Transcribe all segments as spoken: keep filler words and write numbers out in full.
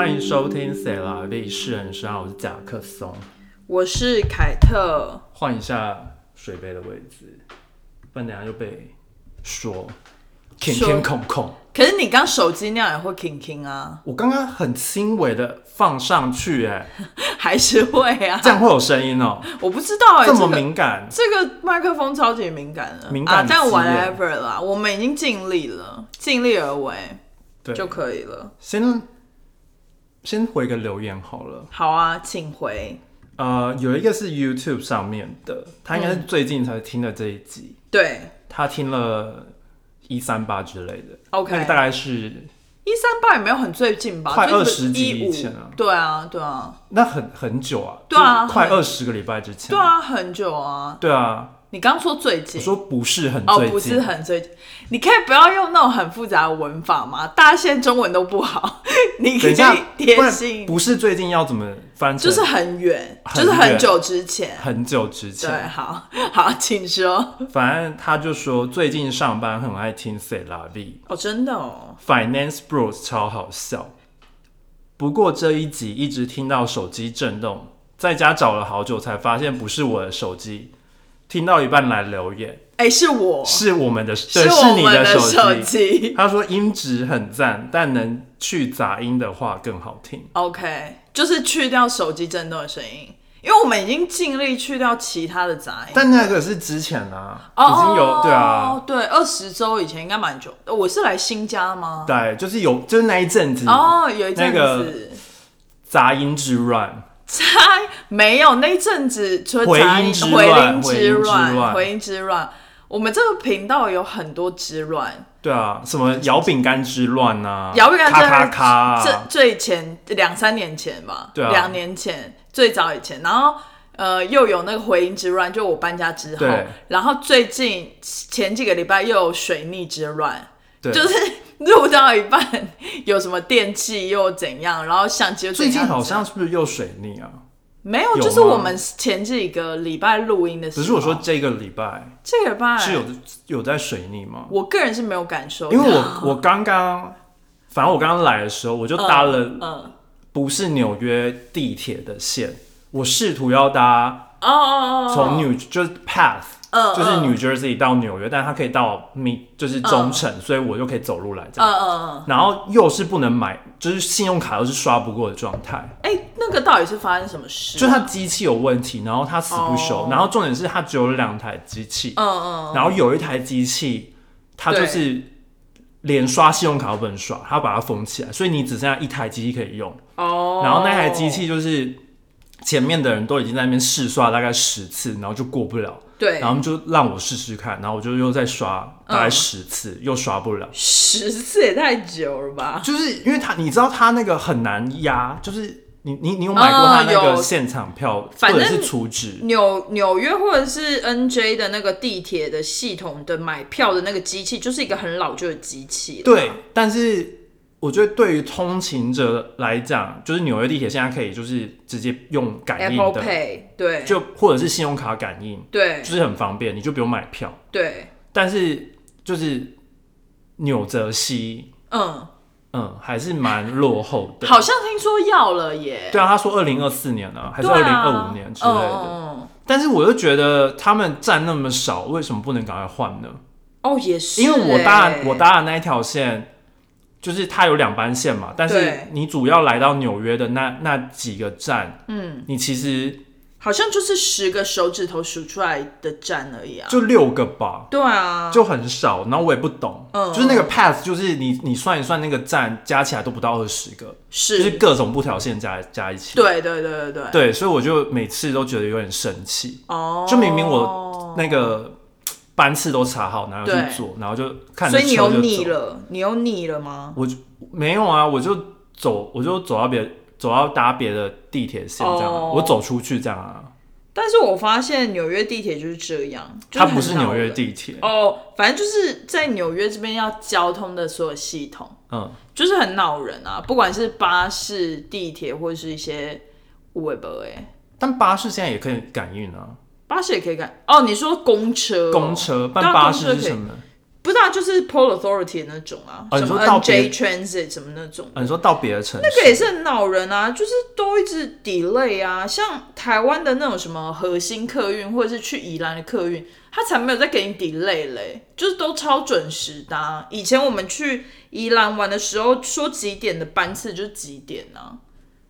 欢迎收听《塞拉利是人生》，我是贾克松， 我是凯特。 换一下水杯的位置，不然等一下就被说铿铿空空。 可是你刚手机那样也会铿铿啊？ 我刚刚很轻微的放上去、欸，哎， 还是会啊？ 这样会有声音哦、喔？ 我不知道哎、欸， 这么敏感， 这个麦克风超级敏感的， 敏感啊，但 whatever 啦，我们已经尽力了，尽力而为，就可以了。 先先回个留言好了。 好啊，请回。 呃，有一个是 YouTube 上面的，他应该是最近才听的这一集。 嗯、对， 他听了一三八之类的。 OK， 那个大概是一三八也没有很最近吧， 快二十集以前啊。 对啊，对啊。 那很很久啊。 对啊， 快二十个礼拜之前。 对啊，很久啊。 对啊。 你刚说最近， 我说不是很最近， 哦，不是很最近，你可以不要用那种很复杂的文法吗？大家现在中文都不好，你可以贴心。 不是最近要怎么翻成？ 就是很远，就是很久之前， 很久之前。 对，好，好，请说。 反正他就说最近上班很爱听 C'est la vie。 哦，真的哦。 Finance Bros 超好笑，不过这一集一直听到手机震动，在家找了好久才发现不是我的手机。听到一半来留言， 哎、欸，是我， 是我们的，对， 是是你的手机, 手机。 他说音质很赞，但能去杂音的话更好听。 OK， 就是去掉手机震动的声音，因为我们已经尽力去掉其他的杂音。 但那个是之前啊， 哦、 已经有，对啊， 对，二十周以前应该蛮久。我是来新家吗？ 对，就是有，就是那一阵子哦，有一阵子、那個、 杂音之乱。 没有那一阵子，除了回音之乱、 回音之乱、回音之乱，我们这个频道有很多之乱。 对啊，什么摇饼干之乱啊， 摇饼干咔咔咔、啊， 这最前两三年前吧，对啊，两年前最早以前，然后呃又有那个回音之乱，就我搬家之后，然后最近前几个礼拜又有水逆之乱，就是录到一半有什么电器又怎样，然后相机又怎样。 最近好像是不是又水逆啊？ 没有，就是我们前几个礼拜录音的时候。 只是我说这个礼拜， 这个礼拜是有有在水逆吗？ 我个人是没有感受到， 因为我我刚刚，反正我刚刚来的时候，我就搭了不是纽约地铁的线，嗯嗯、我试图要搭哦从 New 就是 Path。嗯、就是 New Jersey 到纽约，但它可以到 Mid 就是中程、嗯，所以我就可以走路来这样。嗯嗯然后又是不能买，就是信用卡又是刷不过的状态。 哎、欸，那个到底是发生什么事、啊？ 就它机器有问题，然后它死不修，哦、然后重点是它只有两台机器。嗯嗯。然后有一台机器，它就是连刷信用卡都不能刷，它把它封起来，所以你只剩下一台机器可以用。哦。然后那台机器就是前面的人都已经在那边试刷大概十次，然后就过不了。对，然后就让我试试看，然后我就又再刷大概十次、嗯，又刷不了。 十次也太久了吧？ 就是因为他，你知道他那个很难压，就是你你你有买过他那个现场票，嗯、或者是储值？ 纽纽约或者是 N J 的那个地铁的系统的买票的那个机器，就是一个很老旧的机器。 对，但是我觉得对于通勤者来讲，就是纽约地铁现在可以就是直接用感应的 Apple Pay， 对， 就或者是信用卡感应， 对， 就是很方便，你就不用买票， 对。 但是就是纽泽西，嗯嗯，还是蛮落后的。 好像听说要了耶。 对啊，他说二零二四年啊，还是二零二五年之类的。嗯、但是我就觉得他们占那么少，为什么不能赶快换呢？ 哦，也是， 因为我搭我搭的那一条线。就是它有两班线嘛，但是你主要来到纽约的那那几个站，嗯，你其实好像就是十个手指头数出来的站而已啊， 就六个吧， 对啊， 就很少。然后我也不懂，嗯，就是那个 path， 就是你你算一算那个站加起来都不到二十个，是，就是各种不条线加加一起， 对对对对对， 对，所以我就每次都觉得有点生气，哦，就明明我那个。班次都查好，然后去做，然后就看着车就走。所以你有腻了？你有腻了吗？ 我没有啊，我就走，我就走到别走到搭别的地铁线这样、oh. 我走出去这样啊。 但是我发现纽约地铁就是这样， 它不是纽约地铁哦， oh, 反正就是在纽约这边要交通的所有系统，嗯，就是很恼人啊，不管是巴士、地铁或者是一些 Uber 哎， 但巴士现在也可以感应啊。 巴士也可以看哦，你说公车、哦？ 公车，但巴士是什么？ 不不知道，就是 Port Authority 的那种啊， 哦、 什么 N J Transit 什么那种、 哦。你说到别的城市， 那个也是很恼人啊，就是都一直 delay 啊。像台湾的那种什么核心客运，或者是去宜兰的客运，他才没有在给你 delay 嘞，就是都超准时的、啊。以前我们去宜兰玩的时候，说几点的班次就是几点啊，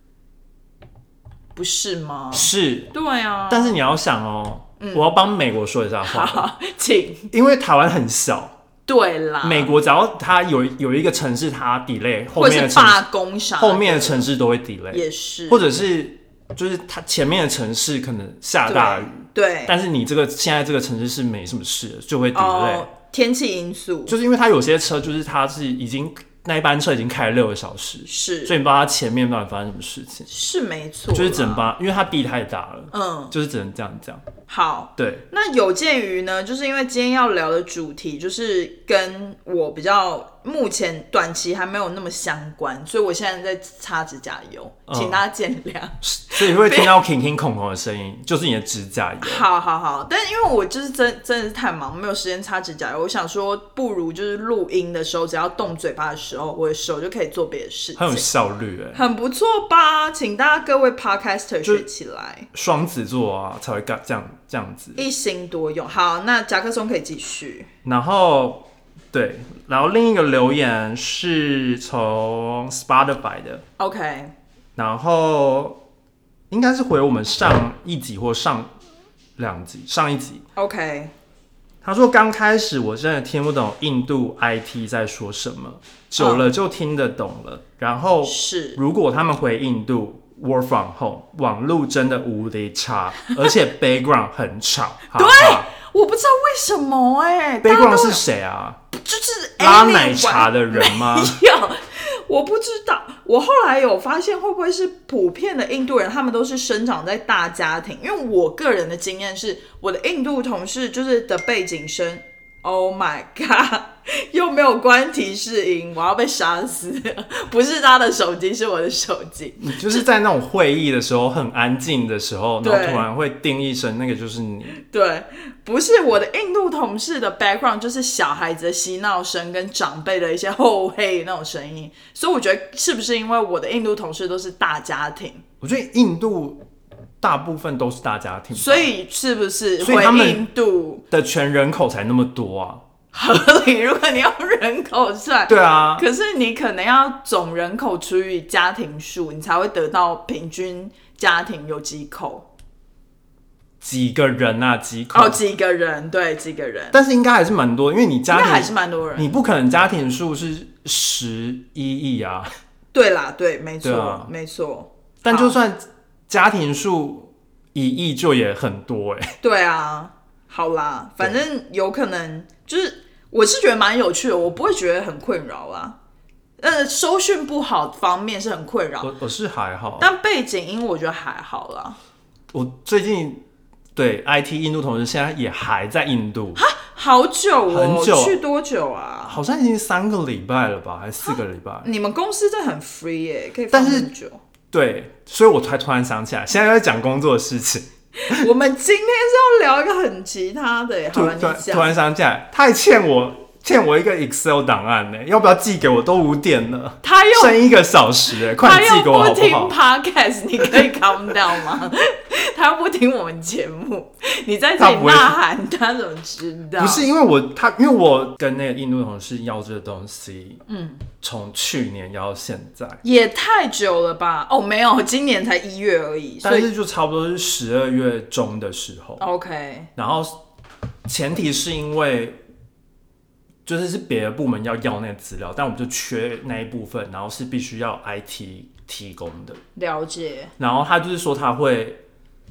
不是吗？ 是， 对啊。 但是你要想哦。嗯、我要帮美国说一下话， 好，请。 因为台湾很小， 对啦。 美国只要它有有一个城市它 delay， 后面的城市罢工啥， 后面的城市都会 delay， 也是， 或者是就是它前面的城市可能下大雨， 对， 但是你这个现在这个城市是没什么事的，就会 delay，、哦、 天气因素， 就是因为它有些车就是它是已经。那一班车已经开了六个小时， 是， 所以你不知道它前面到底发生什么事情， 是没错， 就是只能帮，因为它地太大了， 嗯， 就是只能这样这样。 好， 对， 那有鉴于呢，就是因为今天要聊的主题就是跟我比较目前短期还没有那么相关，所以我现在在擦指甲油，嗯、请大家见谅。 所以会听到铿铿孔孔的声音，就是你的指甲油。 好好好，但因为我就是真真的是太忙，没有时间擦指甲油，我想说不如就是录音的时候，只要动嘴巴的时候，我的手就可以做别的事情， 很有效率哎， 很不错吧？请大家各位 podcaster 学起来， 双子座啊才会干这样这样子， 一心多用。好，那甲克松可以继续。 然后对，然后另一个留言是从 Spotify 的 ，OK， 然后应该是回我们上一集或上两集，上一集 ，OK。 他说刚开始我真的听不懂印度 I T 在说什么，久了就听得懂了。嗯、然后是如果他们回印度 work from home， 网路真的无敌差，而且 background 很吵。 对，我不知道为什么哎、欸。 background 是谁啊？ 就是拉奶茶的人吗？ 没有，我不知道。我后来有发现，会不会是普遍的印度人，他们都是生长在大家庭？因为我个人的经验是，我的印度同事就是的背景声 ，Oh my god， 又没有关提示音，我要被杀死！不是他的手机，是我的手机。 你就是在那种会议的时候很安静的时候，然后突然会叮一声，那个就是你。 对，不是我的印度同事的 background， 就是小孩子的嬉闹声跟长辈的一些后嘿那种声音，所以我觉得是不是因为我的印度同事都是大家庭？ 我觉得印度大部分都是大家庭， 所以是不是所以他们印度的全人口才那么多啊？ 合理，如果你要人口算， 对啊， 可是你可能要总人口除以家庭数，你才会得到平均家庭有几口。 几个人啊？几口？ 哦，几个人，对，几个人。 但是应该还是蛮多，因为你家庭应该还是蛮多人， 你不可能家庭数是十一亿啊。 对啦，对，没错， 啊、 没错。 但就算家庭数一亿，就也很多哎、欸。 对啊，好啦，反正有可能就是，我是觉得蛮有趣的，我不会觉得很困扰啊。呃，收讯不好方面是很困扰， 我我是还好， 但背景音我觉得还好啦。 我最近。对 I T 印度同事现在也还在印度， 哈，好久哦， 很久， 去多久啊？ 好像已经三个礼拜了吧，还是四个礼拜？ 你们公司真的很 free 耶，可以放很久。 对，所以我才突然想起来，现在在讲工作的事情。 我们今天是要聊一个很其他的耶，好了，你讲。 突然想起来，他还欠我。欠我一个 Excel 档案呢，要不要寄给我？都五点了， 他又剩一个小时哎，快寄给我好不好？ 他又不听 Podcast， 你可以 calm down 吗？他又不听我们节目，你在这里呐喊，他怎么知道？ 不是因为我他，因为我跟那个印度同事要这个东西，嗯，从去年要到现在， 也太久了吧？哦，没有，今年才一月而已， 但是就差不多是十二月中的时候 ，OK。 然后前提是因为。就是是别的部门要要那个资料，但我们就缺那一部分，然后是必须要 I T 提供的。 了解。 然后他就是说他会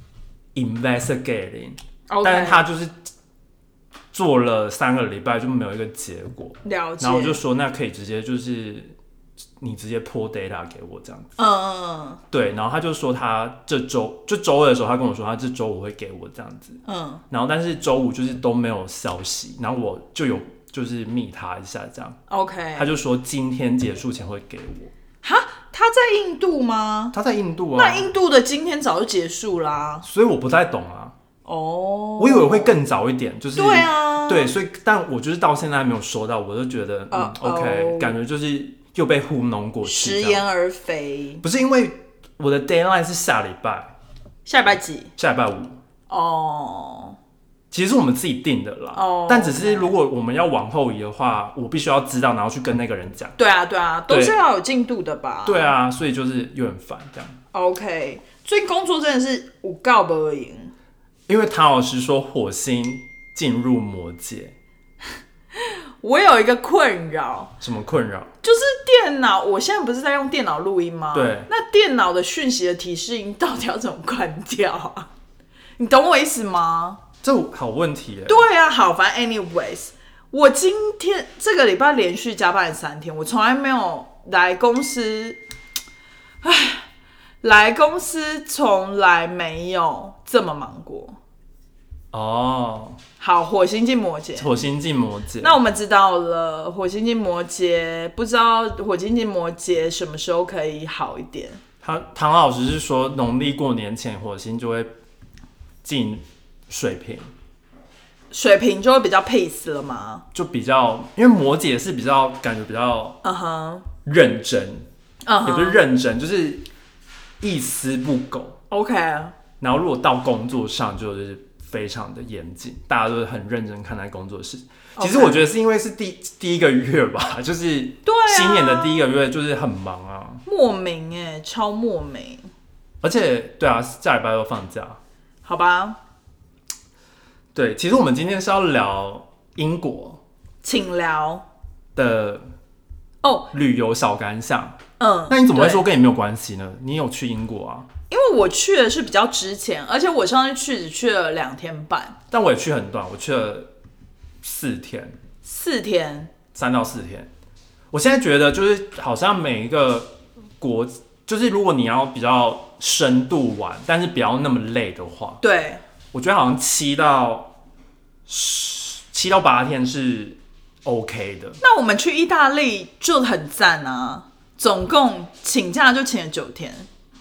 investigating，、okay. 但是他就是做了三个礼拜就没有一个结果。 了解。 然后我就说那可以直接就是你直接 pull data 给我这样子。 嗯嗯嗯。对， 然后他就说他这周就周二的时候，他跟我说他这周五会给我这样子。嗯。然后但是周五就是都没有消息，然后我就有。就是密他一下这样 ，OK， 他就说今天结束前会给我。 哈，他在印度吗？ 他在印度啊。 那印度的今天早就结束啦， 所以我不太懂啊。 哦， 我以为会更早一点，就是对啊， 对，所以但我就是到现在还没有收到，我就觉得、嗯、OK， 感觉就是又被糊弄过去， 食言而肥。 不是因为我的 deadline 是下礼拜， 下礼拜几？ 下礼拜五。 哦， 其实是我们自己定的啦，哦、但只是如果我们要往后移的话，我必须要知道，然后去跟那个人讲。 对啊，对啊，都是要有进度的吧？ 对啊，所以就是有点烦这样。 OK， 最近工作真的是有够无闲。 因为唐老师说火星进入摩羯， 我有一个困扰。 什么困扰？ 就是电脑，我现在不是在用电脑录音吗？ 对。 那电脑的讯息的提示音到底要怎么关掉啊？你懂我意思吗？ 这好问题耶。 对啊，好，反正 anyways， 我今天这个礼拜连续加班了三天，我从来没有来公司，唉，来公司从来没有这么忙过。 哦， 好，火星进摩羯， 火星进摩羯。 那我们知道了，火星进摩羯，不知道火星进摩羯什么时候可以好一点？ 他唐老师是说，农历过年前火星就会进水瓶， 水瓶就会比较 peace 了吗？ 就比较，因为摩羯是比较感觉比较嗯哼认真，嗯、uh-huh. 也不是认真，就是一丝不苟。OK， 然后如果到工作上就是非常的严谨，大家都是很认真看待工作室。Okay. 其实我觉得是因为是第第一个月吧，就是新年的第一个月就是很忙啊， 莫名哎，超莫名。 而且对啊，下礼拜都放假， 好吧。 对，其实我们今天是要聊英国， 请聊的哦旅游小感想。 嗯， 那你怎么会说跟你没有关系呢？你有去英国啊？ 因为我去的是比较之前，而且我上次去只去了两天半。 但我也去很短，我去了四天， 四天， 三到四天。我现在觉得就是好像每一个国，就是如果你要比较深度玩，但是不要那么累的话， 对， 我觉得好像七到七到八天是 OK 的。 那我们去意大利就很赞啊，总共请假就请了九天。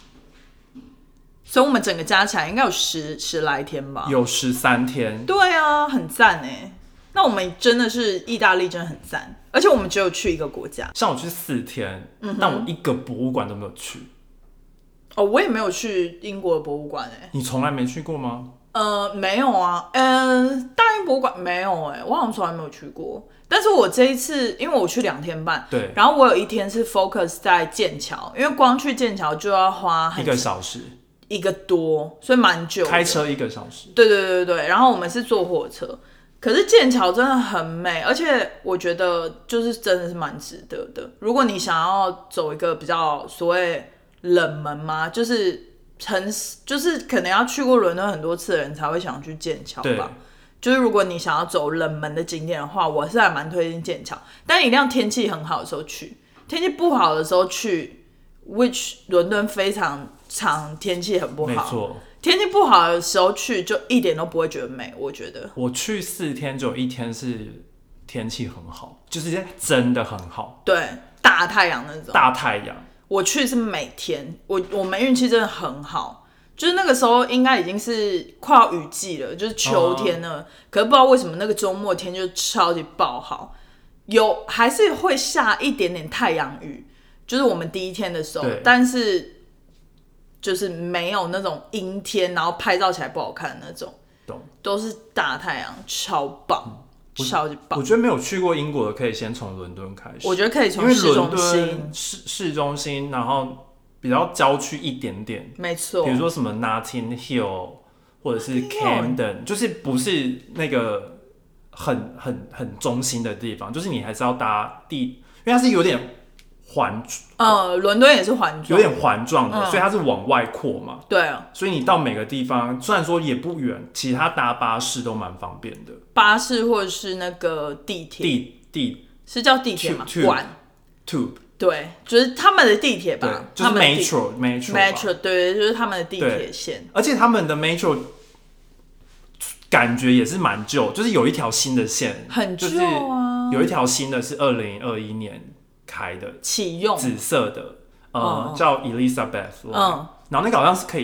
所以我们整个加起来应该有十十来天吧， 有十三天。 对啊，很赞哎。那我们真的是意大利真的很赞，而且我们只有去一个国家。 像我去四天，嗯、但我一个博物馆都没有去。 哦，我也没有去英国的博物馆哎。 你从来没去过吗？ 呃，没有啊，呃，大英博物馆没有哎，我好像从来没有去过。但是我这一次，因为我去两天半， 对， 然后我有一天是 focus 在剑桥，因为光去剑桥就要花一个小时。 一个多，所以蛮久的。 开车一个小时。 对对对对，然后我们是坐火车，可是剑桥真的很美，而且我觉得就是真的是蛮值得的。如果你想要走一个比较所谓冷门嘛，就是很就是可能要去过伦敦很多次的人才会想去剑桥吧。就是如果你想要走冷门的景点的话，我是还蛮推荐剑桥，但一定要天气很好的时候去。天气不好的时候去 ，which 伦敦非常常天气很不好，没错。天气不好的时候去，就一点都不会觉得美。我觉得我去四天，就有一天是天气很好，就是真的很好， 对，大太阳那种。 大太阳。 我去是每天，我我们运气真的很好，就是那个时候应该已经是快要雨季了，就是秋天了。Uh-huh. 可是不知道为什么那个周末天就超级爆好，有还是会下一点点太阳雨，就是我们第一天的时候，但是。就是没有那种阴天，然后拍照起来不好看的那种，都是大太阳，超棒，嗯、超级棒。 我觉得没有去过英国的，可以先从伦敦开始。 我觉得可以从市中心， 因为伦敦市市中心，然后比较郊区一点点， 没错。 比如说什么 Notting Hill 或者是 Camden， 就是不是那个很很很中心的地方，就是你还是要搭地，因为它是有点。环呃，伦敦也是环状， 有点环状的、嗯，所以它是往外扩嘛。 对啊， 所以你到每个地方，虽然说也不远，其他搭巴士都蛮方便的。 巴士或者是那个地铁， 地地是叫地铁吗？ 管 Tube， 对，就是他们的地铁吧， 就是 Metro Metro Metro， 对，就是他们的地铁线。 而且他们的 Metro 感觉也是蛮旧，就是有一条新的线， 很旧啊， 就是有一条新的是二零二一年。开的启用紫色的，呃，嗯、叫 Elizabeth， 嗯，然后那个好像是可以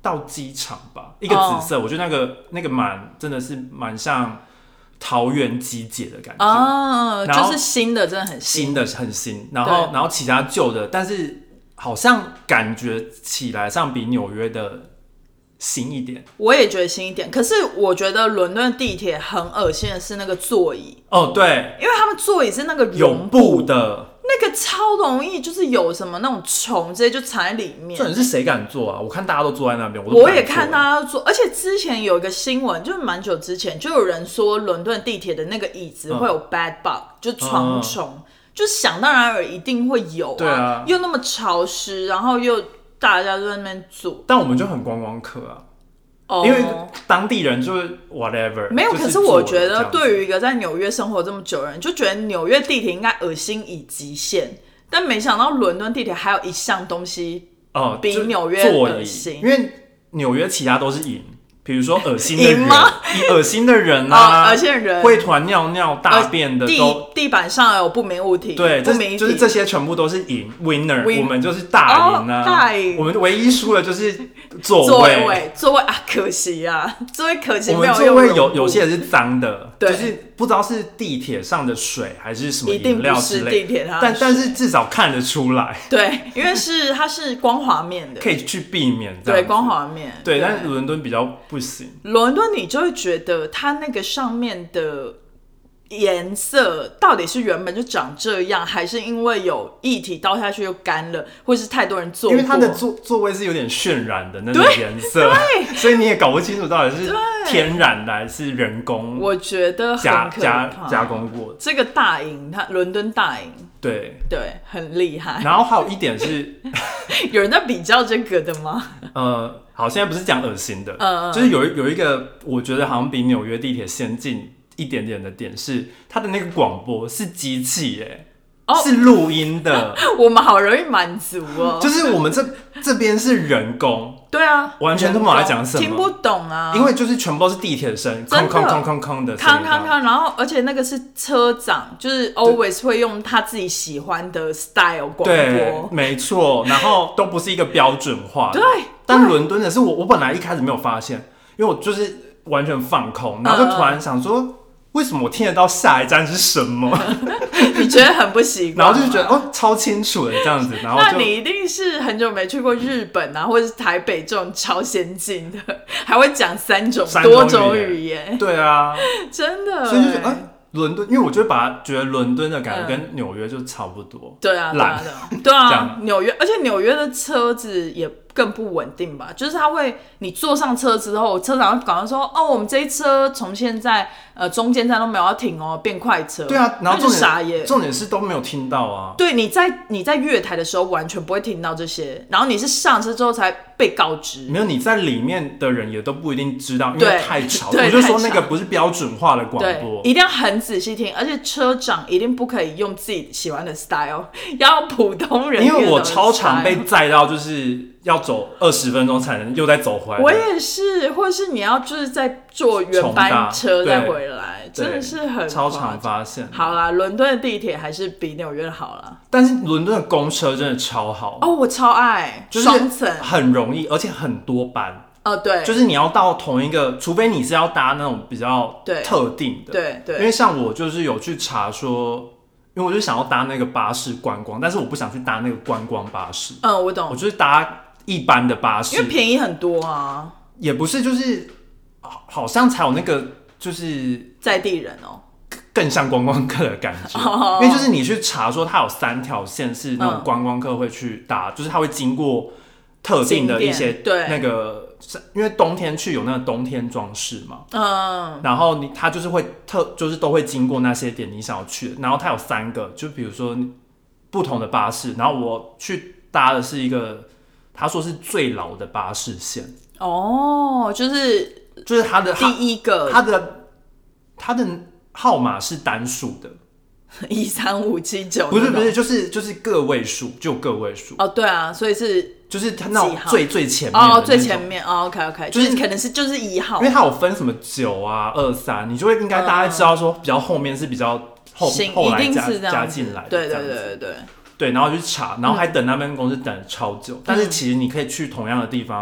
到机场吧，一个紫色， oh. 我觉得那个那个蛮真的是蛮像桃园机姐的感觉哦， oh, 就是新的，真的很新， 新的很新，然后然后其他旧的，但是好像感觉起来上比纽约的新一点。 我也觉得新一点，可是我觉得伦敦地铁很恶心的是那个座椅哦，对， 因为他们座椅是那个绒布的。 那个超容易，就是有什么那种虫直接就藏在里面。 这人是谁敢坐啊？我看大家都坐在那边，我都我也看大家都坐。而且之前有一个新闻，就是蛮久之前，就有人说伦敦地铁的那个椅子会有 bed bug，、嗯、就床虫，嗯、就想当然尔一定会有啊。 对啊， 又那么潮湿，然后又大家都在那边坐。 但我们就很观光客啊。Oh, 因为当地人就是 whatever 没有， 就是可是我觉得对于一个在纽约生活这么久的人，就觉得纽约地铁应该恶心以极限，但没想到伦敦地铁还有一项东西比纽约恶心、 呃、因为纽约其他都是赢，比如说恶心的人，恶心的人啊， 恶心、哦、的人会团尿尿大便的都地, 地板上有不明物体， 对， 不明体就是这些全部都是赢 winner， Win, 我们就是大赢啊、哦， 大赢， 我们唯一输的就是座位， 座位，座位啊，可惜啊，座位可惜没有用。 我们座位有有些人是脏的，就是不知道是地铁上的水还是什么饮料之类的， 一定不是地铁它的水， 但但是至少看得出来， 对，因为是它是光滑面的， 可以去避免这样子， 对，光滑面， 对，但是伦敦比较不行。 伦敦你就会觉得它那个上面的颜色到底是原本就长这样，还是因为有液体倒下去又干了，或是太多人坐过？ 因为它的 座, 座位是有点渲染的那种颜色，所以你也搞不清楚到底是天然的还是人工。 我觉得很可怕， 加加工过。 这个大赢，它伦敦大赢， 对对，很厉害。 然后还有一点是， 有人在比较这个的吗？ 呃，好，现在不是讲恶心的， 嗯、 就是有有一个我觉得好像比纽约地铁先进一点点的点是，它的那个广播是机器耶、欸，哦、是录音的。 我们好容易满足哦。 就是我们这这边是人工， 对啊， 完全都不知道在讲什么， 听不懂啊。因为就是全部都是地铁声，空空空空空的声音， 康康康。然后而且那个是车长，就是 always 会用他自己喜欢的 style 广播， 对，没错。然后都不是一个标准化的， 对。 但伦敦的是我，我本来一开始没有发现，因为我就是完全放空，然后就突然想说。嗯为什么我听得到下一站是什么？ 你觉得很不习惯， 然后就觉得哦，超清楚的这样子。然后就那你一定是很久没去过日本啊，或者是台北这种超先进的，还会讲三种多种语言。 对啊， 真的。 所以就觉得，哎，伦敦，因为我就会把它觉得伦敦的感觉跟纽约就差不多。 对啊，对啊，对啊，纽约，而且纽约的车子也更不稳定吧？就是他会，你坐上车之后，车长会赶快说：“哦，我们这一车从现在呃中间站都没有要停哦，变快车。” 对啊，然后重点傻眼， 重点是都没有听到啊。 对，你在你在月台的时候完全不会听到这些，然后你是上车之后才被告知。 没有，你在里面的人也都不一定知道，因为太吵。我就说那个不是标准化的广播， 一定要很仔细听，而且车长一定不可以用自己喜欢的 style， 要普通人。 因为我超常被载到就是。要走二十分钟才能又再走回来。 我也是，或者是你要就是再坐原班车再回来，真的是很超常发现。 好啦，伦敦的地铁还是比纽约好啦。 但是伦敦的公车真的超好哦，我超爱，双层很容易，而且很多班。 哦，对， 就是你要到同一个，除非你是要搭那种比较特定的， 对 对, 对。 因为像我就是有去查说。因为我就想要搭那个巴士观光，但是我不想去搭那个观光巴士。 嗯，我懂。 我就是搭一般的巴士， 因为便宜很多啊。 也不是，就是好像才有那个就是在地人哦， 更像观光客的感觉。哦、因为就是你去查说，它有三条线是那种观光客会去搭，嗯、就是它会经过特定的一些那个。因为冬天去有那个冬天装饰嘛，嗯，然后你它就是会特就是都会经过那些点你想要去的，然后它有三个，就比如说不同的巴士，然后我去搭的是一个他说是最老的巴士线， 哦，就是就是它的第一个， 它的它的号码是单数的。 一三五七九不是不是，就是就是个位数，就个位数。 哦，对啊，所以是就是它那种最最前面的哦，最前面哦 ，OK OK， 就是、 就是可能是就是一号， 因为它有分什么九啊、二三，你就会应该大概知道说比较后面是比较后后来加加进来的， 对对对对对对，然后就去查，然后还等那边公司等了超久，嗯、但是其实你可以去同样的地方。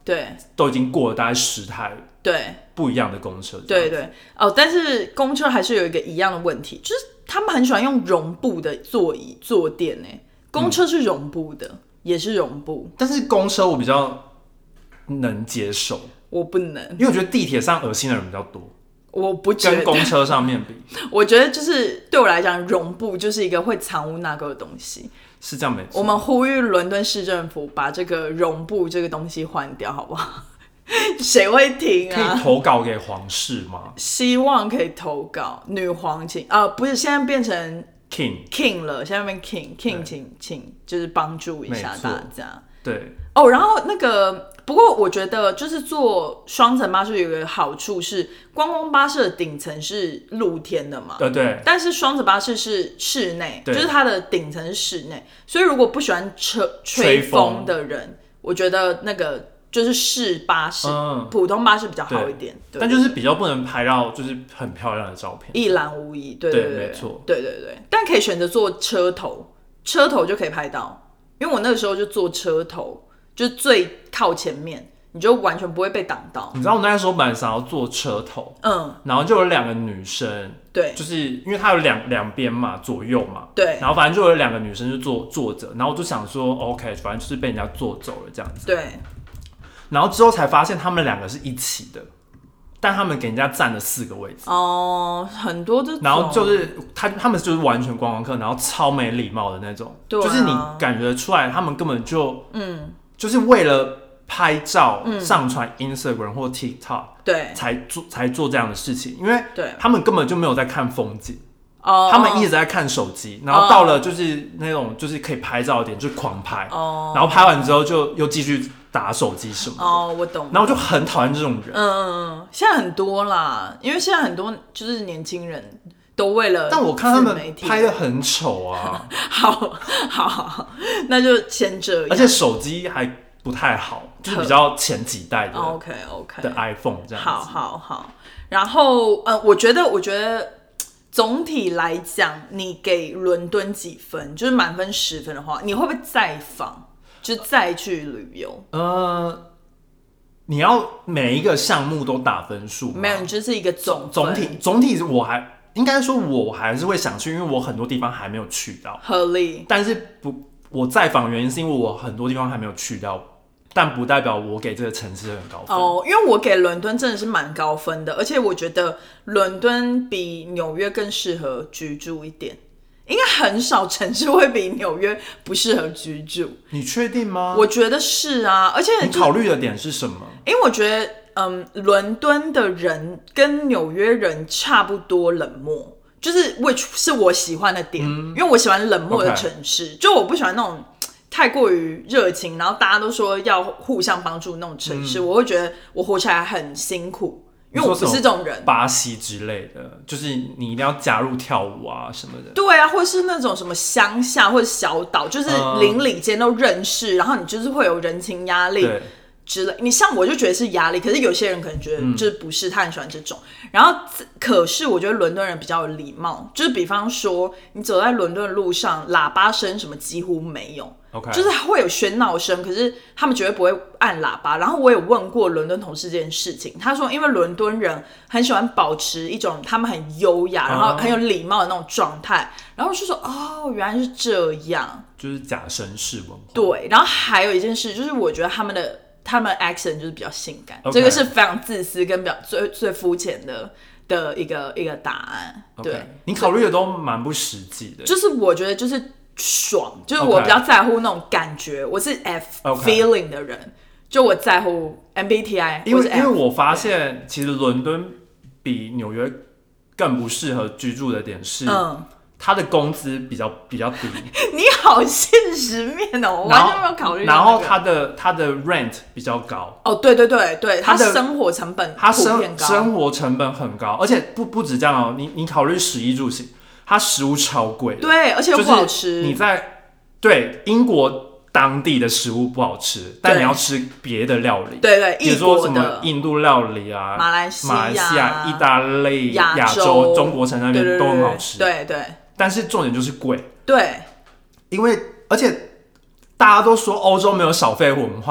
对， 都已经过了大概十台对不一样的公车。 对对哦，但是公车还是有一个一样的问题，就是他们很喜欢用绒布的座椅坐垫呢。公车是绒布的，嗯、也是绒布， 但是公车我比较能接受， 我不能， 因为我觉得地铁上恶心的人比较多。 我不觉得跟公车上面比， 我觉得就是对我来讲，绒布就是一个会藏污纳垢的东西， 是这样没错。 我们呼吁伦敦市政府把这个绒布这个东西换掉，好不好？谁会听啊？ 可以投稿给皇室吗？ 希望可以投稿，女皇请啊、呃，不是现在变成 king king 了，现在变 king king 请请就是帮助一下大家。 对哦，然后那个。不过我觉得，就是坐双层巴士有一个好处是，观光巴士的顶层是露天的嘛， 对对。 但是双层巴士是室内，就是它的顶层是室内，所以如果不喜欢车吹风的人，我觉得那个就是市巴士、嗯、普通巴士比较好一点。对对对， 但就是比较不能拍到就是很漂亮的照片， 一览无遗。对对 对, 对，没错。 对对对，但可以选择坐车头，车头就可以拍到，因为我那个时候就坐车头。就是最靠前面，你就完全不会被挡到。 你知道我那时候本来想要坐车头， 嗯， 然后就有两个女生， 对， 就是因为它有两两边嘛，左右嘛， 对， 然后反正就有两个女生就坐坐着，然后我就想说 ，OK， 反正就是被人家坐走了这样子， 对。 然后之后才发现他们两个是一起的，但他们给人家占了四个位置哦，很多这种， 然后就是他他们就是完全观光客，然后超没礼貌的那种， 对啊、 就是你感觉出来他们根本就嗯。就是为了拍照、嗯、上传 Instagram 或 TikTok， 对， 才做才做这样的事情，因为对他们根本就没有在看风景， 哦， 他们一直在看手机，然后到了就是那种就是可以拍照的点就狂拍，哦，然后拍完之后就又继续打手机什么的， 哦，我懂， 然后我就很讨厌这种人， 嗯嗯嗯，现在很多啦，因为现在很多就是年轻人。都为了， 但我看他们拍的很丑啊。 好好好，那就先这样。 而且手机还不太好，就是比较前几代的 OK OK 的 iPhone 这样子。 好好好，然后呃，我觉得我觉得总体来讲，你给伦敦几分？就是满分十分的话，你会不会再访？就再去旅游？ 呃，你要每一个项目都打分数？ 没有，你就是一个总总体总体我还。应该说，我还是会想去，因为我很多地方还没有去到， 合理。 但是不，我再访原因是因为我很多地方还没有去到，但不代表我给这个城市很高分。 哦，因为我给伦敦真的是蛮高分的，而且我觉得伦敦比纽约更适合居住一点。应该很少城市会比纽约不适合居住。 你确定吗？ 我觉得是啊，而且你考虑的点是什么？ 因为我觉得。嗯，伦敦的人跟纽约人差不多冷漠，就是 which 是我喜欢的点，嗯、因为我喜欢冷漠的城市， okay. 就我不喜欢那种太过于热情，然后大家都说要互相帮助那种城市，嗯、我会觉得我活起来很辛苦，因为我不是这种人。 巴西之类的，就是你一定要加入跳舞啊什么的。 对啊，或是那种什么乡下或者小岛，就是邻里间都认识，嗯、然后你就是会有人情压力。之类，你像我就觉得是压力，可是有些人可能觉得就是不是，他很喜欢这种。然后，可是我觉得伦敦人比较有礼貌，就是比方说你走在伦敦的路上，喇叭声什么几乎没有， okay. 就是会有喧闹声，可是他们绝对不会按喇叭。然后我有问过伦敦同事这件事情，他说因为伦敦人很喜欢保持一种他们很优雅，然后很有礼貌的那种状态。然后就说哦，原来是这样， 就是假绅士文化。 对，然后还有一件事就是，我觉得他们的。他们 accent 就是比较性感， okay. 这个是非常自私跟比较最最肤浅的的一个一个答案。Okay. 对， 你考虑的都蛮不实际的。 就是我觉得就是爽，就是我比较在乎那种感觉。Okay. 我是 F、okay. feeling 的人，就我在乎 M B T I， 因为因为我发现其实伦敦比纽约更不适合居住的点是。嗯他的工资比较比较低， 你好现实面哦，我完全没有考虑、那個。然后他的他的 rent 比较高， 哦，对对对对，他的生活成本他生生活成本很高，而且不不止这样哦，你你考虑食衣住行，他食物超贵的， 对，而且又不好吃。 就是、你在对英国当地的食物不好吃，但你要吃别的料理， 对对， 比如说什么印度料理啊、 马来西亚、 马来西亚、意大利、亚洲、 洲、 中国城那边都很好吃， 对 对, 對, 對。 但是重点就是贵， 对， 因为而且大家都说欧洲没有小费文化，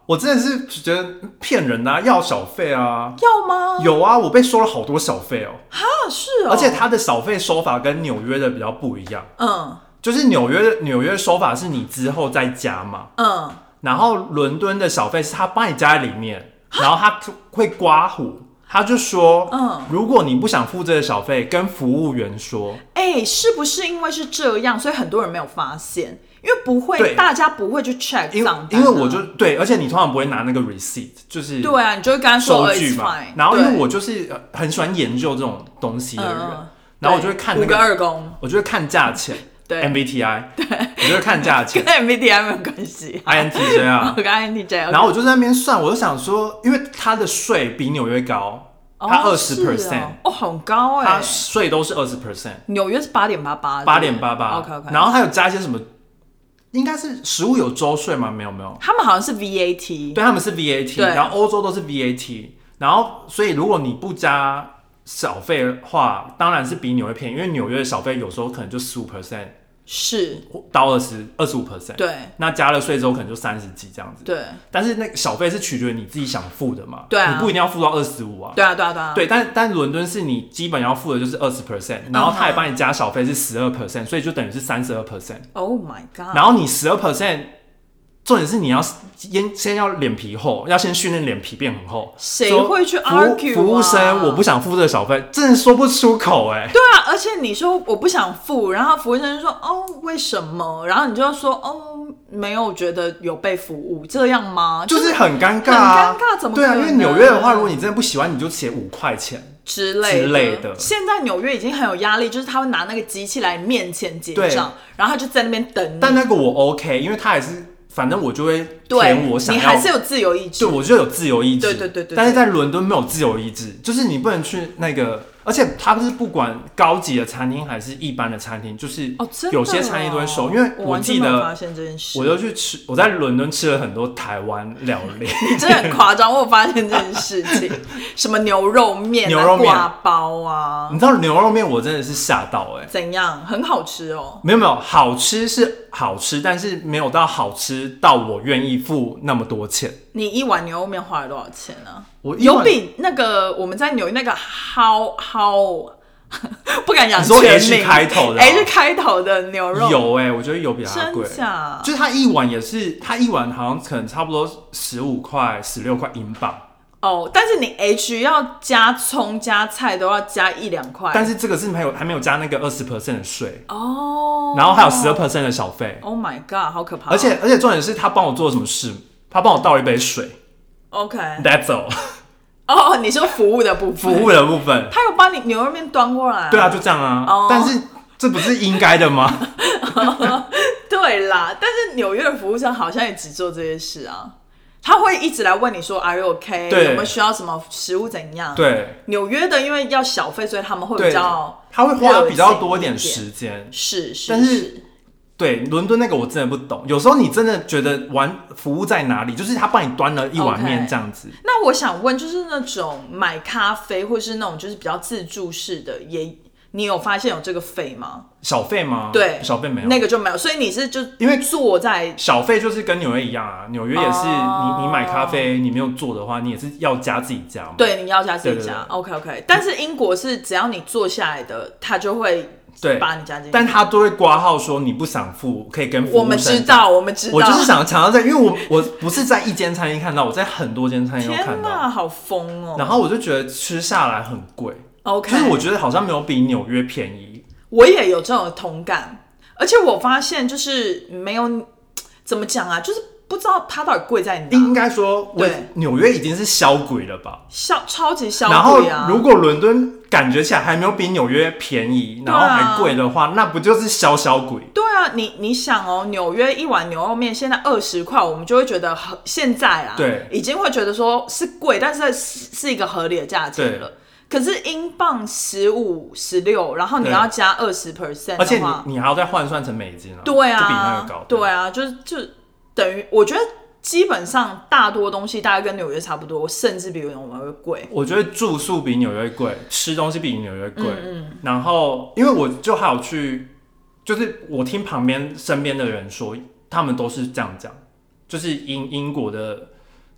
我真的是觉得骗人啊，要小费啊。 要吗？ 有啊，我被收了好多小费哦。 哈，是哦。 而且他的小费收法跟纽约的比较不一样。 嗯， 就是纽约纽约收法是你之后再加嘛。嗯。然后伦敦的小费是他帮你加在里面，然后他会刮胡。他就说，嗯，如果你不想付这个小费，跟服务员说。 哎、欸，是不是因为是这样，所以很多人没有发现？因为不会，大家不会去 check 账单、啊。 因为我就对，而且你通常不会拿那个 receipt， 就是对啊，你就会跟他说收据嘛。然后因为我就是很喜欢研究这种东西的人，嗯、然后我就会看那个五个二公， 我就会看价钱。对 M B T I， 对，我就会看价钱， 跟 M B T I 没有关系。 I N T J 啊， 我跟 I N T J， 然后我就在那边算，我就想说，因为他的税比纽约高，他二十 percent， 哦，很高哎、 欸，他税都是二十 percent， 纽约是八点八八， 八点八八 ，OK OK， 然后还有加一些什么，应该是食物有州税吗？没有没有， 他们好像是 V A T， 对，他们是 V A T， 然后欧洲都是 V A T， 然后所以如果你不加小费的话，当然是比纽约便宜，因为纽约的小费有时候可能就十五 percent。 是到二十二十五 percent， 对， 那加了税之后可能就三十几这样子， 对。 但是那个小费是取决于你自己想付的嘛， 对啊， 你不一定要付到二十五啊， 对啊，对啊，对啊， 对。但但伦敦是你基本要付的就是二十 percent， 然后他也帮你加小费是十二 percent， 所以就等于是三十二 percent。Oh my god！ 然后你十二 percent。重点是你要先先要脸皮厚，要先训练脸皮变很厚。 谁会去 argue 啊？ 服务生，我不想付这个小费，真的说不出口哎、欸。 对啊，而且你说我不想付，然后服务生就说哦为什么？然后你就说哦没有觉得有被服务，这样吗？ 就是很尴尬、啊， 很尴尬，怎么可能？ 对啊，因为纽约的话，如果你真的不喜欢，你就写五块钱。 之类 的, 之类的， 现在纽约已经很有压力，就是他会拿那个机器来面前结账，然后他就在那边等你。 但那个我 OK， 因为他也是。反正我就会填我想要， 你还是有自由意志。 对，我就有自由意志。 对对 对, 对。 但是在伦敦没有自由意志，就是你不能去那个，而且他不是不管高级的餐厅还是一般的餐厅，就是有些餐厅都会收。哦、因为我记得， 发现这件事， 我就去吃，我在伦敦吃了很多台湾料理。 你真的很夸张，我有发现这件事情，什么牛肉面、啊、 牛肉面挂包啊， 你知道牛肉面我真的是吓到哎、欸， 怎样？很好吃哦。 没有没有，好吃是好吃，但是没有到好吃到我愿意付那么多钱。 你一碗牛肉面花了多少钱呢、啊？我有比那个我们在纽约那个好好不敢讲全名， 你说 H 开头的、啊、 H 开头的牛肉有哎、欸，我觉得有比它贵， 真假？ 就是它一碗也是，它一碗好像可能差不多十五块、十六块英镑。 哦，但是你 H 要加葱加菜都要加一两块， 但是这个是没有还没有加那个二十 percent 的税哦，然后还有十二 percent 的小费。 Oh my god， 好可怕、哦！ 而且而且重点是他帮我做了什么事？他帮我倒一杯水。 OK，That's、 okay. all 哦，你说服务的部分， 服务的部分， 他有帮你牛肉面端过来、啊。 对啊，就这样啊。 Oh. 但是这不是应该的吗？ 对啦，但是纽约的服务生好像也只做这些事啊。他会一直来问你说 Are you OK？ 有没有需要什么食物怎样？ 对， 纽约的因为要小费，所以他们会比较， 他会花比较多一点时间。 是是， 但是对伦敦那个我真的不懂，有时候你真的觉得玩服务在哪里？就是他帮你端了一碗面这样子。Okay. 那我想问，就是那种买咖啡或是那种就是比较自助式的也。你有发现有这个费吗？ 小费吗？ 对， 小费没有， 那个就没有，所以你是就因为坐在小费就是跟纽约一样啊，纽约也是、哦、你你买咖啡你没有做的话，你也是要加自己加嘛。 对，你要加自己加。OK OK， 但是英国是只要你坐下来的，他就会把你加进去， 但他都会挂号说你不想付可以跟服务生。 我们知道，我们知道。 我就是想强调在，因为我我不是在一间餐厅看到，我在很多间餐厅都看到。 天哪，好疯哦！ 然后我就觉得吃下来很贵。 OK， 就是我觉得好像没有比纽约便宜。 我也有这种同感，而且我发现就是没有怎么讲啊，就是不知道它到底贵在哪。 应该说，纽约已经是销贵了吧？ 销超级销贵啊！然后如果伦敦感觉起来还没有比纽约便宜，然后还贵的话，啊、那不就是销销贵？ 对啊，你你想哦，纽约一碗牛肉面现在二十块，我们就会觉得很现在啊， 对， 已经会觉得说是贵，但是是一个合理的价钱了。可是英镑十五、十六，然后你要加二十 percent 的话， 而且你你还要再换算成美金啊， 对啊， 就比那个高。 对啊，就就等于我觉得基本上大多东西大概跟纽约差不多，甚至比我们会贵。 我觉得住宿比纽约贵，吃东西比纽约贵。嗯嗯。然后，因为我就还有去，就是我听旁边身边的人说，他们都是这样讲，就是英英国的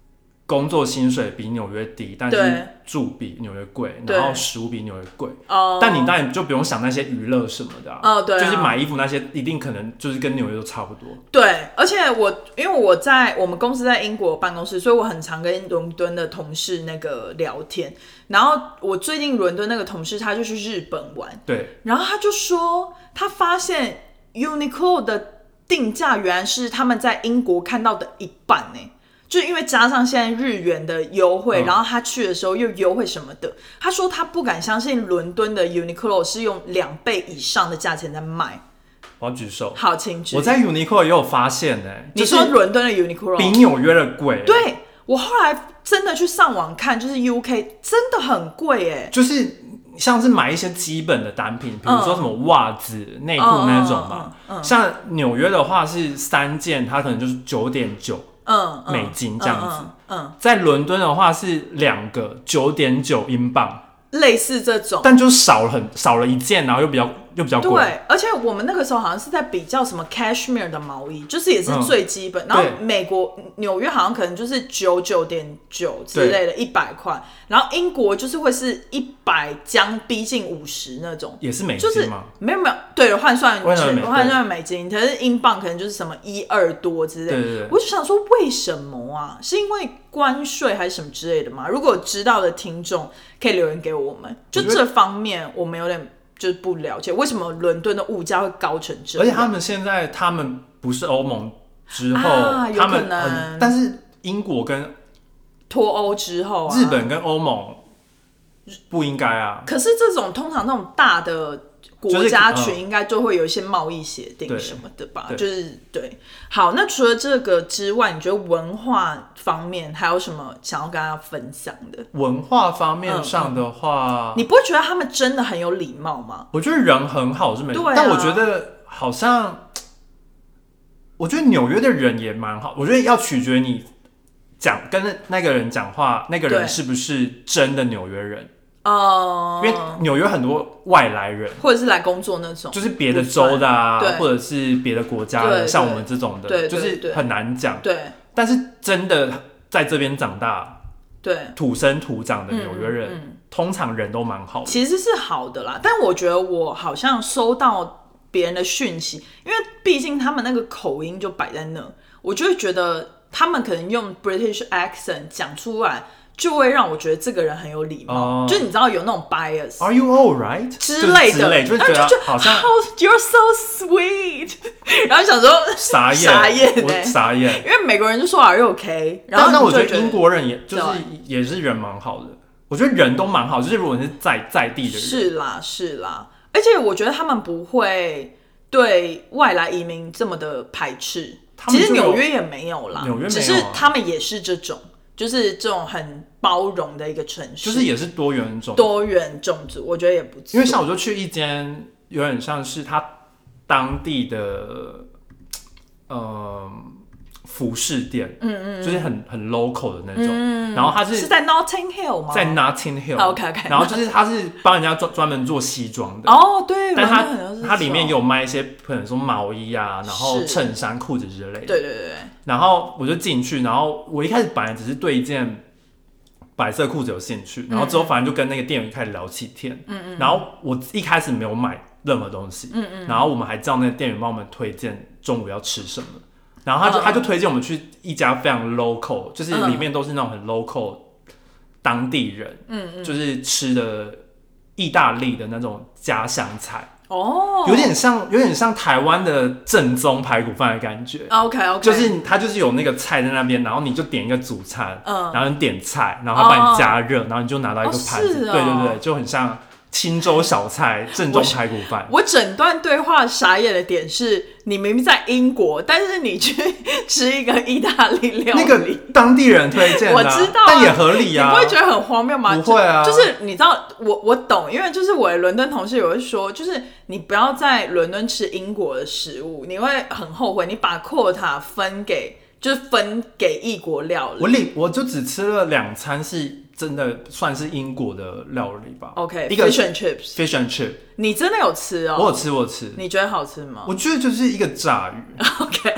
工作薪水比纽约低，但是住比纽约贵，然后食物比纽约贵。哦。但你当然就不用想那些娱乐什么的、啊。哦，对、啊。就是买衣服那些，一定可能就是跟纽约都差不多。 对，而且我因为我在我们公司在英国办公室，所以我很常跟伦敦的同事那个聊天。然后我最近伦敦那个同事他就去日本玩， 对。 然后他就说他发现 Uniqlo 的定价原来是他们在英国看到的一半呢。就是因为加上现在日元的优惠、嗯，然后他去的时候又优惠什么的，他说他不敢相信伦敦的 Uniqlo 是用两倍以上的价钱在卖。 我要举手。 好，请举。 我在 Uniqlo 也有发现呢、欸。 你说伦敦的 Uniqlo 比纽约的贵、欸？ 对，我后来真的去上网看，就是 U K 真的很贵哎、欸。 就是像是买一些基本的单品，比如说什么袜子、内、嗯、裤那种嘛、嗯嗯嗯。像纽约的话是三件，它可能就是九点九。嗯，美金这样子。嗯，嗯嗯在伦敦的话是两个九点九英镑， 类似这种， 但就少了很少了一件，然后又比较又比较贵。 对，而且我们那个时候好像是在比较什么 cashmere 的毛衣，就是也是最基本。嗯、然后美国纽约好像可能就是九九点九之类的，一百块。然后英国就是会是一百将逼近五十那种， 也是美金吗？就是没有没有，对，换算换算美金，可是英镑可能就是什么一二多之类的。 对对对， 我就想说为什么啊？是因为关税还是什么之类的吗？如果知道的听众可以留言给我们，就这方面我们有点就是不了解，为什么伦敦的物价会高成这样？ 而且他们现在他们不是欧盟之后， 啊、 他们有可能， 但是英国跟脱欧之后、啊， 日本跟欧盟不应该啊。 可是这种通常那种大的国家群应该就会有一些贸易协定什么的吧，就是、就是对。好，那除了这个之外，你觉得文化方面还有什么想要跟大家分享的？ 文化方面上的话， 嗯、你不会觉得他们真的很有礼貌吗？ 我觉得人很好是没错、啊，但我觉得好像，我觉得纽约的人也蛮好。我觉得要取决你讲跟那个人讲话，那个人是不是真的纽约人。哦、uh, 因为纽约很多外来人， 或者是来工作那种， 就是别的州的啊，或者是别的国家的，像我们这种的， 对， 就是很难讲。 对， 但是真的在这边长大， 对， 土生土长的纽约人、嗯嗯，通常人都蛮好的， 其实是好的啦。但我觉得我好像收到别人的讯息，因为毕竟他们那个口音就摆在那，我就会觉得他们可能用 British accent 讲出来。就会让我觉得这个人很有礼貌， uh, 就你知道有那种 bias，Are you all right 之类的， 之类就是觉得好像 How you're so sweet， 然后想说傻眼傻眼、欸， 我傻眼， 因为美国人就说 Are you okay， 然后但我觉得英国人也就是也是人蛮好的，我觉得人都蛮好，就是如果你是在在地的人， 是啦是啦，而且我觉得他们不会对外来移民这么的排斥，其实纽约也没有啦， 纽约没有、啊， 只是他们也是这种。就是这种很包容的一个城市， 就是也是多元种多元种族，我觉得也不错。 因为像我就去一间有点像是他当地的呃服饰店，嗯嗯，就是很很 local 的那种，嗯、然后他是是在 Notting Hill 吗？ 在 Notting Hill，OK OK， 然后就是他是帮人家专专门做西装的， 哦对， 但他他里面有卖一些可能说毛衣啊，然后衬衫、裤子之类的， 对对对。 然后我就进去，然后我一开始本来只是对一件白色裤子有兴趣，然后之后反正就跟那个店员开始聊起天，嗯嗯，然后我一开始没有买任何东西，嗯嗯，然后我们还叫那个店员帮我们推荐中午要吃什么，然后他就、嗯、他就推荐我们去一家非常 local， 就是里面都是那种很 local 当地人，嗯嗯，就是吃的意大利的那种家乡菜。哦、oh ，有点像，有点像台湾的正宗排骨饭的感觉。 OK OK， 就是它就是有那个菜在那边，然后你就点一个主餐，嗯，然后你点菜，然后他帮你加热， oh. 然后你就拿到一个盘子， oh, 对对对，就很像青州小菜正宗排骨饭。 我整段对话傻眼的点是，你明明在英国，但是你去吃一个意大利料理， 那个当地人推荐的、啊， 我知道、啊， 但也合理啊。 你不会觉得很荒谬吗？ 不会啊， 就, 就是你知道，我我懂，因为就是我的伦敦同事有会说，就是你不要在伦敦吃英国的食物，你会很后悔，你把 quota 分给就是分给异国料理。 我里我就只吃了两餐是。真的算是英国的料理吧。 OK， 一个 fish and chips，fish and chip， 你真的有吃哦？ 我有吃，我有吃。 你觉得好吃吗？ 我觉得就是一个炸鱼。 OK，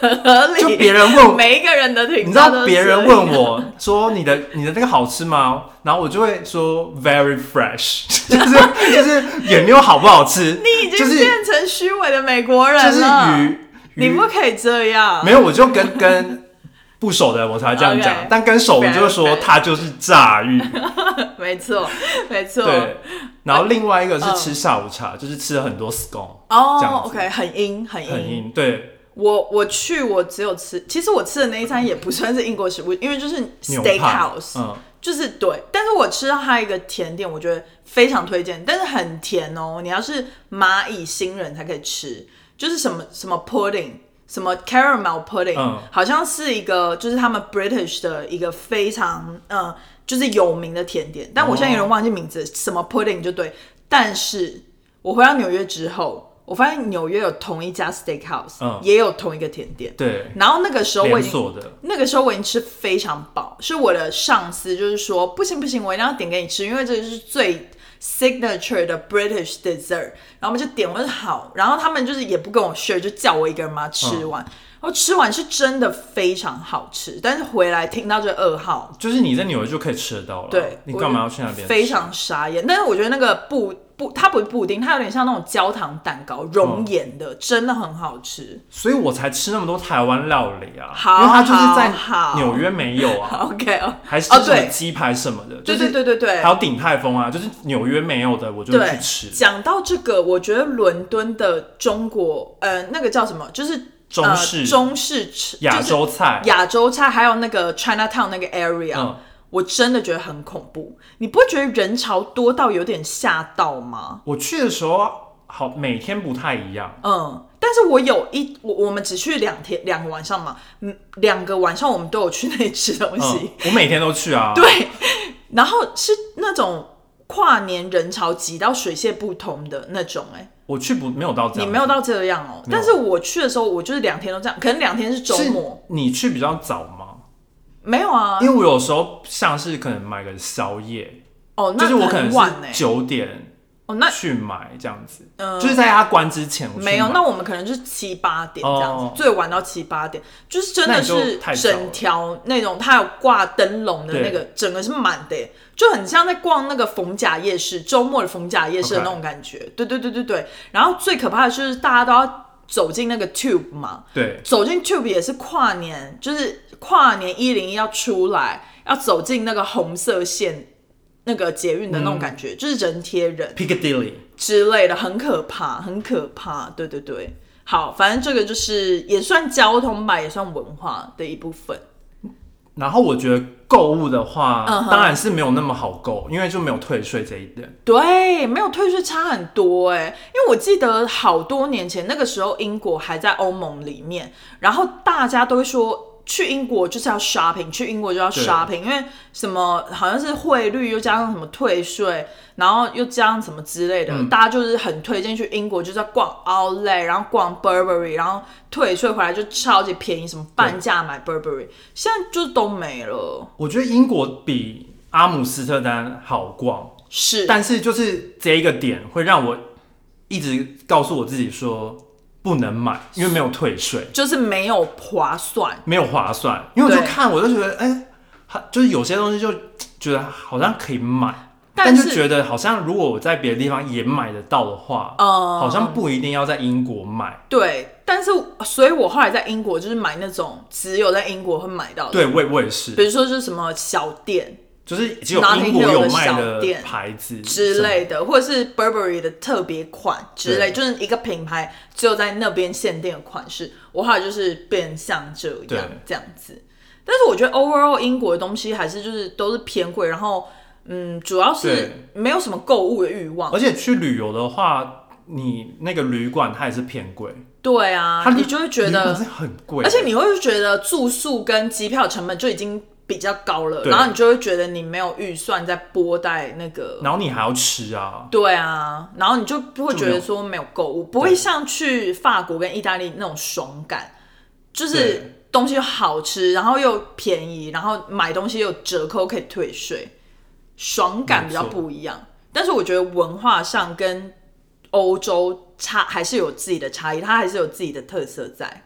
很合理。 就别人问每一个人的评价， 你知道别人问我说你的你的那个好吃吗？然后我就会说 very fresh， 就是就是也没有好不好吃。 你已经变成虚伪的美国人了， 就是鱼， 你不可以这样。 没有，我就跟跟不熟的人我才这样讲， okay, 但跟熟我就会说它就是炸鱼。 没错，没错。 对，然后另外一个是吃下午茶，嗯、就是吃了很多 scone。 哦 ，OK， 很阴，很阴， 很阴。对， 我我去，我只有吃，其实我吃的那一餐也不算是英国食物，因为就是 steakhouse，嗯，就是对。但是我吃到它一个甜点，我觉得非常推荐，但是很甜哦。你要是蚂蚁新人才可以吃，就是什么什么 pudding。什么 caramel pudding，、嗯、好像是一个就是他们 British 的一个非常呃就是有名的甜点，但我现在有点忘记名字，哦、什么 pudding 就对。但是我回到纽约之后，我发现纽约有同一家 steakhouse，、嗯、也有同一个甜点。 对。 然后那个时候我已经连锁的那个时候我已经吃非常饱，是我的上司就是说不行不行，我一定要点给你吃，因为这是最signature 的 British dessert， 然后我们就点，我说好，然后他们就是也不跟我 share， 就叫我一个人把它吃完，嗯、然后吃完是真的非常好吃，但是回来听到这噩耗， 就是你在纽约就可以吃得到了， 对， 你干嘛要去那边吃？ 非常傻眼，但是我觉得那个布布它不是布丁，它有点像那种焦糖蛋糕，熔岩的，嗯、真的很好吃， 所以我才吃那么多台湾料理啊， 好， 因为它就是在纽约没有啊 ，OK， 还是什么鸡排什么的， 对对对对对， 还有鼎泰丰啊，就是纽约没有的，我就去吃。 讲到这个，我觉得伦敦的中国，呃，那个叫什么，就是中式、 呃、中式亚洲菜， 亚洲菜，还有那个 Chinatown 那个 area，、嗯、我真的觉得很恐怖。你不会觉得人潮多到有点吓到吗？ 我去的时候，好每天不太一样， 嗯。但是我有一我我们只去两天两个晚上嘛，嗯，两个晚上我们都有去那里吃东西。 嗯、我每天都去啊。 对，然后是那种跨年人潮挤到水泄不通的那种、欸，哎， 我去不没有到这样， 你没有到这样哦。但是我去的时候，我就是两天都这样，可能两天是周末。 你去比较早吗？ 没有啊， 因为我有时候像是可能买个宵夜， 哦， 那很晚欸、就是我可能是九点。 哦，那去买这样子，嗯、就是在它关之前没有，那我们可能就是七八点这样子，哦、最晚到七八点，就是真的是整条那种，它有挂灯笼的那个，整个是满的，就很像在逛那个逢甲夜市，周末的逢甲夜市的那种感觉。Okay. 对对对对对。然后最可怕的就是大家都要走进那个 tube 嘛， 对， 走进 tube 也是跨年，就是跨年一零一要出来，要走进那个红色线。那个捷运的那种感觉，嗯、就是人贴人 ，Piccadilly 之类的，很可怕，很可怕。对对对，好，反正这个就是也算交通吧，也算文化的一部分。 然后我觉得购物的话，嗯、当然是没有那么好购，因为就没有退税这一点。 对，没有退税差很多哎、欸，因为我记得好多年前那个时候，英国还在欧盟里面，然后大家都会说。去英国就是要 shopping， 去英国就要 shopping， 因为什么好像是汇率又加上什么退税，然后又加上什么之类的，嗯、大家就是很推荐去英国，就是要逛 Outlet， 然后逛 Burberry， 然后退税回来就超级便宜，什么半价买 Burberry， 现在就都没了。 我觉得英国比阿姆斯特丹好逛， 是， 但是就是这一个点会让我一直告诉我自己说。不能买，因为没有退税， 就是没有划算， 没有划算。因为我就看，我就觉得，哎、欸，就是有些东西就觉得好像可以买，但是觉得好像如果我在别的地方也买得到的话，嗯、好像不一定要在英国买。 对，但是所以我后来在英国就是买那种只有在英国会买到的， 对，我也我也是， 比如说就是什么小店。 就是只有英国有卖的牌子之类的，或者是 Burberry 的特别款之类，就是一个品牌只有在那边限定的款式。我后来就是变像这样这样子，但是我觉得 overall 英国的东西还是就是都是偏贵，然后嗯，主要是没有什么购物的欲望。 而且去旅游的话，你那个旅馆它也是偏贵。 对啊，你就会觉得很贵， 而且你会觉得住宿跟机票成本就已经。比较高了，然后你就会觉得你没有预算在拨带那个， 然后你还要吃啊， 对啊，然后你就不会觉得说没有购物，不会像去法国跟意大利那种爽感，就是东西又好吃，然后又便宜，然后买东西又有折扣可以退税，爽感比较不一样。但是我觉得文化上跟欧洲差还是有自己的差异，它还是有自己的特色在。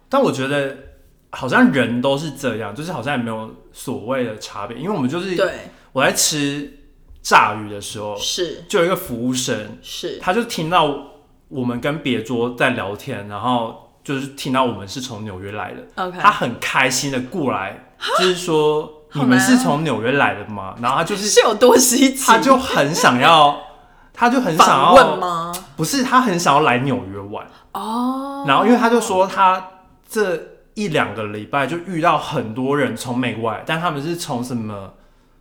但我觉得好像人都是这样，就是好像也没有所谓的差别，因为我们就是对我在吃炸鱼的时候， 是就有一个服务生， 是他就听到我们跟别桌在聊天，然后就是听到我们是从纽约来的， okay. 他很开心的过来，就是说你们是从纽约来的吗？然后他就是是有多稀奇， 他就很想要，他就很想要问吗？ 不是，他很想要来纽约玩哦。 然后因为他就说他这一两个礼拜就遇到很多人从美国来，但他们是从什么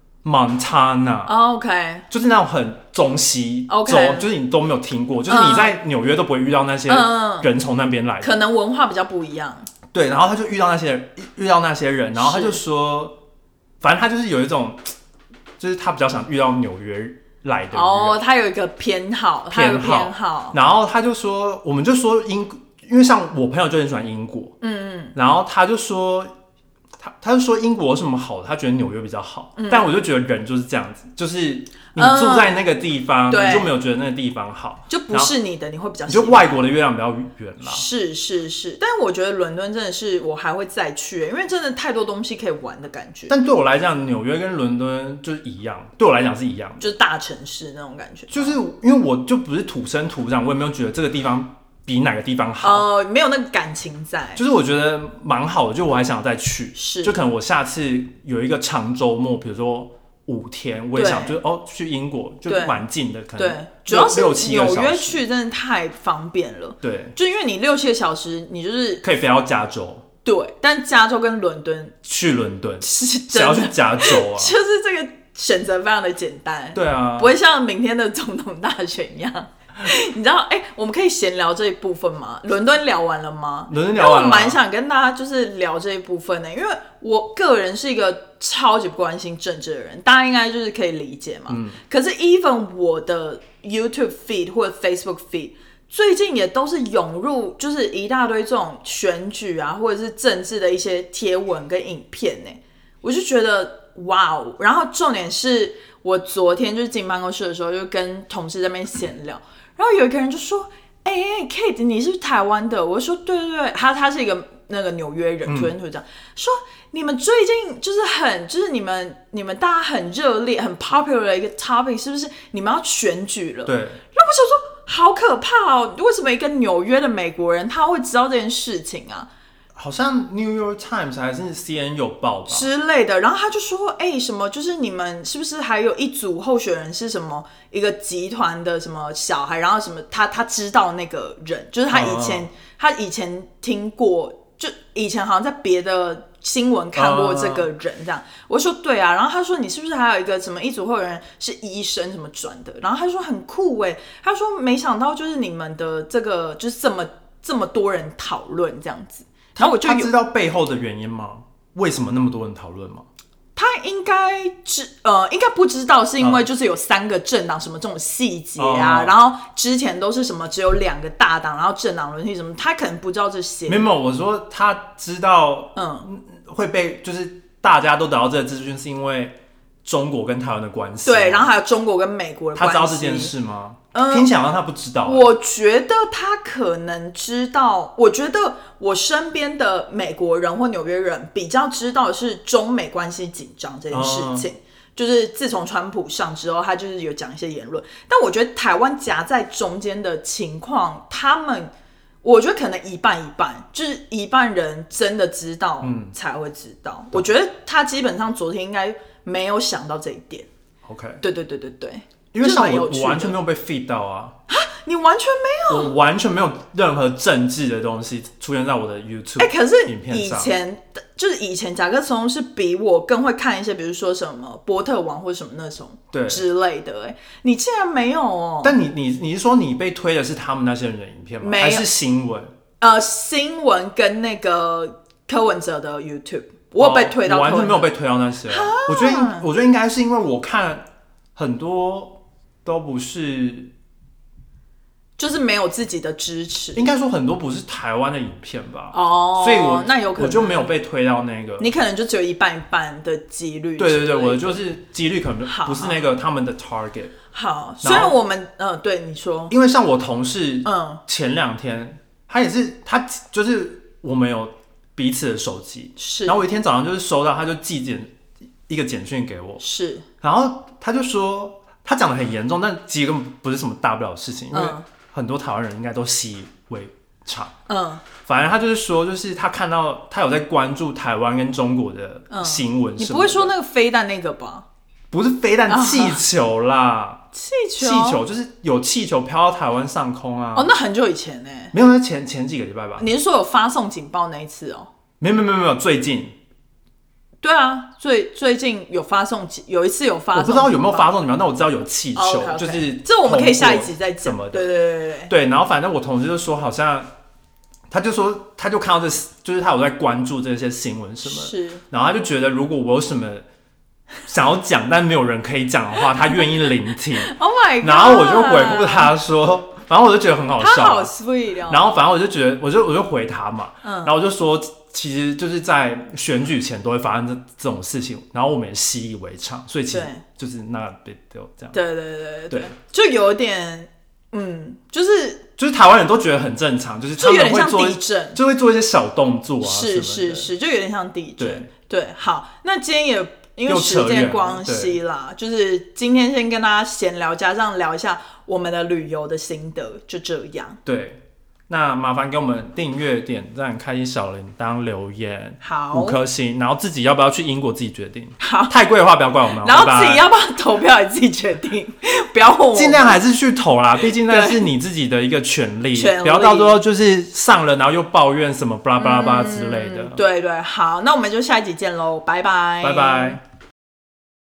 Montana、oh, OK， 就是那种很中西州，okay. 就是你都没有听过，就是你在纽约都不会遇到那些人从那边来的、嗯， 可能文化比较不一样。 对，然后他就遇到那些人，遇到那些人，然后他就说，反正他就是有一种，就是他比较想遇到纽约来的人。 哦，他有一个偏好，他有一个偏好。 然后他就说，我们就说英，因为像我朋友就很喜欢英国，嗯嗯，然后他就说。他, 他就说英国有什么好的，他觉得纽约比较好、嗯、但我就觉得人就是这样子，就是你住在那个地方、嗯、你就没有觉得那个地方好， 就不是你的你会比较喜欢，你就外国的月亮比较圆啦。 是是是，但我觉得伦敦真的是我还会再去，因为真的太多东西可以玩的感觉。 但对我来讲纽约跟伦敦就是一样，对我来讲是一样， 就是大城市那种感觉， 就是因为我就不是土生土长，我也没有觉得这个地方比哪个地方好， 呃，没有那个感情在， 就是我觉得蛮好的，就我还想再去， 是， 就可能我下次有一个长周末，比如说五天，我也想就是哦去英国，就蛮近的，可能对，主要是纽约去真的太方便了， 对， 就因为你六七个小时，你就是可以飞到加州， 对，但加州跟伦敦去伦敦是谁要去加州啊？ 就是这个选择非常的简单， 对啊， 不会像明天的总统大选一样。你知道，哎、欸，我们可以闲聊这一部分吗？伦敦聊完了吗？ 伦敦聊完了， 我蛮想跟大家就是聊这一部分的、欸，因为我个人是一个超级不关心政治的人，大家应该就是可以理解嘛。嗯、可是 even 我的 YouTube feed 或者 Facebook feed 最近也都是涌入，就是一大堆这种选举啊，或者是政治的一些贴文跟影片呢、欸，我就觉得哇哦！然后重点是我昨天就是进办公室的时候，就跟同事在那边闲聊。然后有一个人就说：“哎、欸、，Kate， 你是不是台湾的？”我就说：“对对对。”他他是一个那个纽约人，土生土长，说你们最近就是很就是你们你们大家很热烈、很 popular 的一个 topic， 是不是你们要选举了？ 对。 然后我想说，好可怕哦！为什么一个纽约的美国人他会知道这件事情啊？ 好像 New York Times 还是 C N N 有报吧之类的，然后他就说，哎、欸，什么就是你们是不是还有一组候选人是什么一个集团的什么小孩，然后什么他他知道那个人，就是他以前、oh. 他以前听过，就以前好像在别的新闻看过这个人这样。Oh. 我就说对啊，然后他说你是不是还有一个什么一组候选人是医生什么转的，然后他说很酷哎，他说没想到就是你们的这个就是这么这么多人讨论这样子。然后我就他知道背后的原因吗？为什么那么多人讨论吗？ 他应该知呃，应该不知道，是因为就是有三个政党什么这种细节啊、哦，然后之前都是什么只有两个大党，然后政党轮替什么，他可能不知道这些。 没有，我说他知道，嗯，会被就是大家都得到这个资讯，是因为中国跟台湾的关系。 对，然后还有中国跟美国的关系。 他知道这件事吗？嗯，听起来好像他不知道。 我觉得他可能知道。我觉得我身边的美国人或纽约人比较知道的是中美关系紧张这件事情。嗯，就是自从川普上之后，他就是有讲一些言论。但我觉得台湾夹在中间的情况，他们我觉得可能一半一半，就是一半人真的知道才会知道。嗯，我觉得他基本上昨天应该没有想到这一点。 OK， 对对对对对。 因为像我，我完全没有被 feed 到啊！ 啊，你完全没有？ 我完全没有任何政治的东西出现在我的 YouTube 影片上。哎、欸，可是以前就是以前甲壳虫是比我更会看一些，比如说什么波特王或什么那种之类的、欸。哎，你竟然没有哦？ 但你你你是说你被推的是他们那些人的影片吗？还是新闻？ 呃，新闻跟那个柯文哲的 YouTube， 我有被推到、 哦，我完全没有被推到那些。我觉得，我觉得应该是因为我看很多。都不是， 就是没有自己的支持。 应该说很多不是台湾的影片吧？ 哦， 所以我那有可能我就没有被推到那个。 你可能就只有一半一半的几率。 对对对，我的就是几率可能不是那个他们的 target。 好，虽然我们呃，对你说， 因为像我同事，嗯，前两天他也是他就是我们有彼此的手机。 是， 然后我一天早上就是收到，他就寄简一个简讯给我， 是， 然后他就说他讲的很严重，但其实根本不是什么大不了的事情，因为很多台湾人应该都习以为常。嗯，反正他就是说，就是他看到他有在关注台湾跟中国的新闻、嗯， 你不会说那个飞弹那个吧？ 不是飞弹，气球啦， 气球， 气球就是有气球飘到台湾上空啊。 哦，那很久以前呢、欸？ 没有，那前前几个礼拜吧。 你是说有发送警报那一次哦？ 没有没有没有，最近。 对啊，最最近有发送，有一次有发送， 我不知道有没有发送警报，但我知道有气球， oh, okay, okay. 就是这我们可以下一集再讲。 对对对对对对。然后反正我同事就说，好像他就说，他就看到这，就是他有在关注这些新闻什么， 是。 然后他就觉得，如果我有什么想要讲但没有人可以讲的话，他愿意聆听。 Oh my god！ 然后我就回复他说，反正我就觉得很好笑， 他好 sweet 哦。 然后反正我就觉得，我就我就回他嘛，嗯、然后我就说。其实就是在选举前都会发生 这, 这种事情，然后我们也习以为常，所以其实就是那 big deal 这样。 对对对 对, 对，就有点，嗯，就是就是台湾人都觉得很正常，就是他们会做地震， 就会做一些小动作啊， 是是是，就有点像地震。 对对，好，那今天也因为时间关系啦，就是今天先跟大家闲聊，加上聊一下我们的旅游的心得，就这样。 对。那麻烦给我们订阅、点赞、开启小铃铛、留言， 好， 五颗星。然后自己要不要去英国自己决定。 好， 太贵的话不要怪我们。 然后自己要不要投票也自己决定，不要问我。 尽量还是去投啦，毕竟那是你自己的一个权利，不要到时候就是上了然后又抱怨什么巴拉巴拉巴拉之类的。 对对，好，那我们就下一集见喽，拜拜， 拜拜。